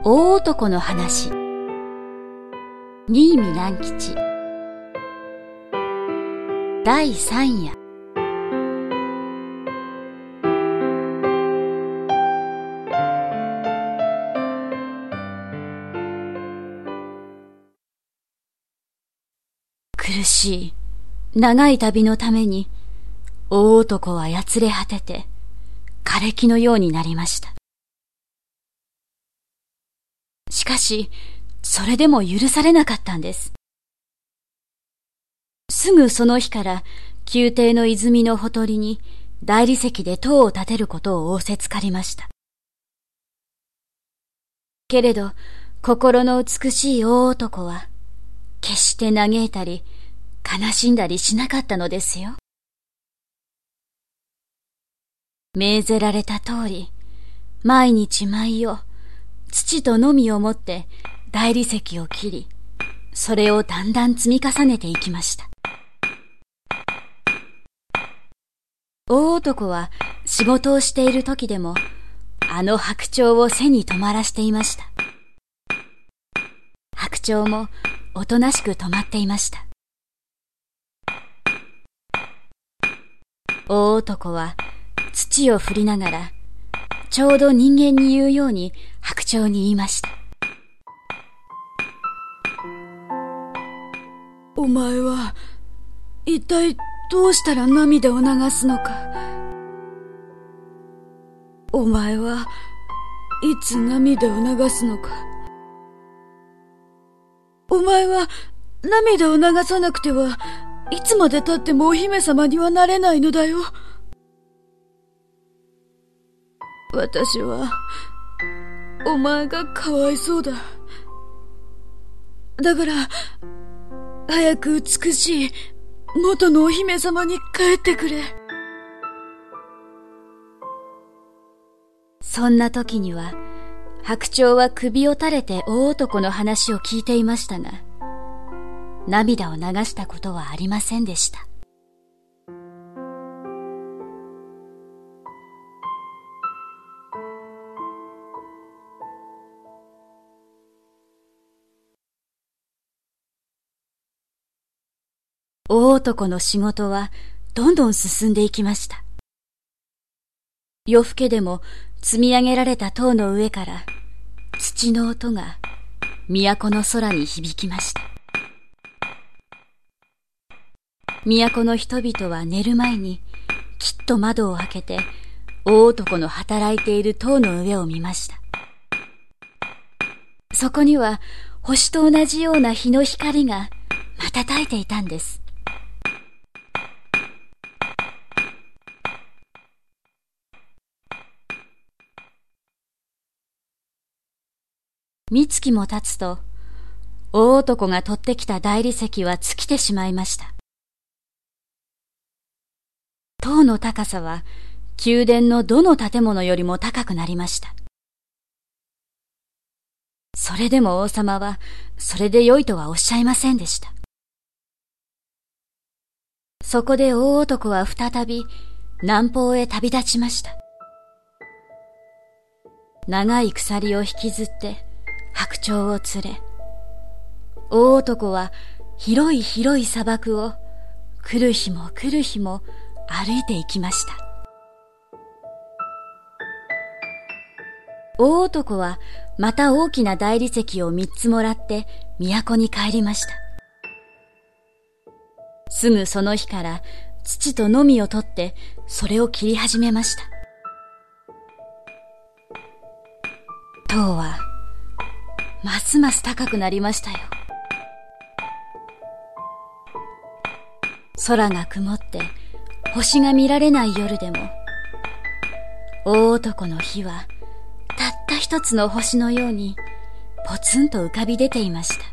大男の話。新見南吉。第3夜。苦しい長い旅のために大男はやつれ果てて枯れ木のようになりました。しかしそれでも許されなかったんです。すぐその日から宮廷の泉のほとりに大理石で塔を建てることを仰せつかりました。けれど心の美しい大男は決して嘆いたり悲しんだりしなかったのですよ。命ぜられた通り、毎日毎夜土とのみを持って大理石を切り、それをだんだん積み重ねていきました。大男は仕事をしている時でもあの白鳥を背に止まらしていました。白鳥もおとなしく止まっていました。大男は土を振りながらちょうど人間に言うように白鳥に言いました。 お前は一体どうしたら涙を流すのか。お前はいつ涙を流すのか。お前は涙を流さなくてはいつまで経ってもお姫様にはなれないのだよ。私はお前がかわいそうだ。だから早く美しい元のお姫様に帰ってくれ。 そんな時には白鳥は首を垂れて大男の話を聞いていましたが、涙を流したことはありませんでした。大男の仕事はどんどん進んでいきました。夜更けでも積み上げられた塔の上から土の音が都の空に響きました。都の人々は寝る前にきっと窓を開けて大男の働いている塔の上を見ました。そこには星と同じような日の光が瞬いていたんです。三月も経つと大男が取ってきた大理石は尽きてしまいました。塔の高さは宮殿のどの建物よりも高くなりました。それでも王様はそれで良いとはおっしゃいませんでした。そこで大男は再び南方へ旅立ちました。長い鎖を引きずって白鳥を連れ、大男は広い広い砂漠を来る日も来る日も歩いていきました。大男はまた大きな大理石を3つもらって都に帰りました。すぐその日から土とのみを取ってそれを切り始めました。塔はますます高くなりましたよ。空が曇って星が見られない夜でも、大男の火はたった一つの星のようにポツンと浮かび出ていました。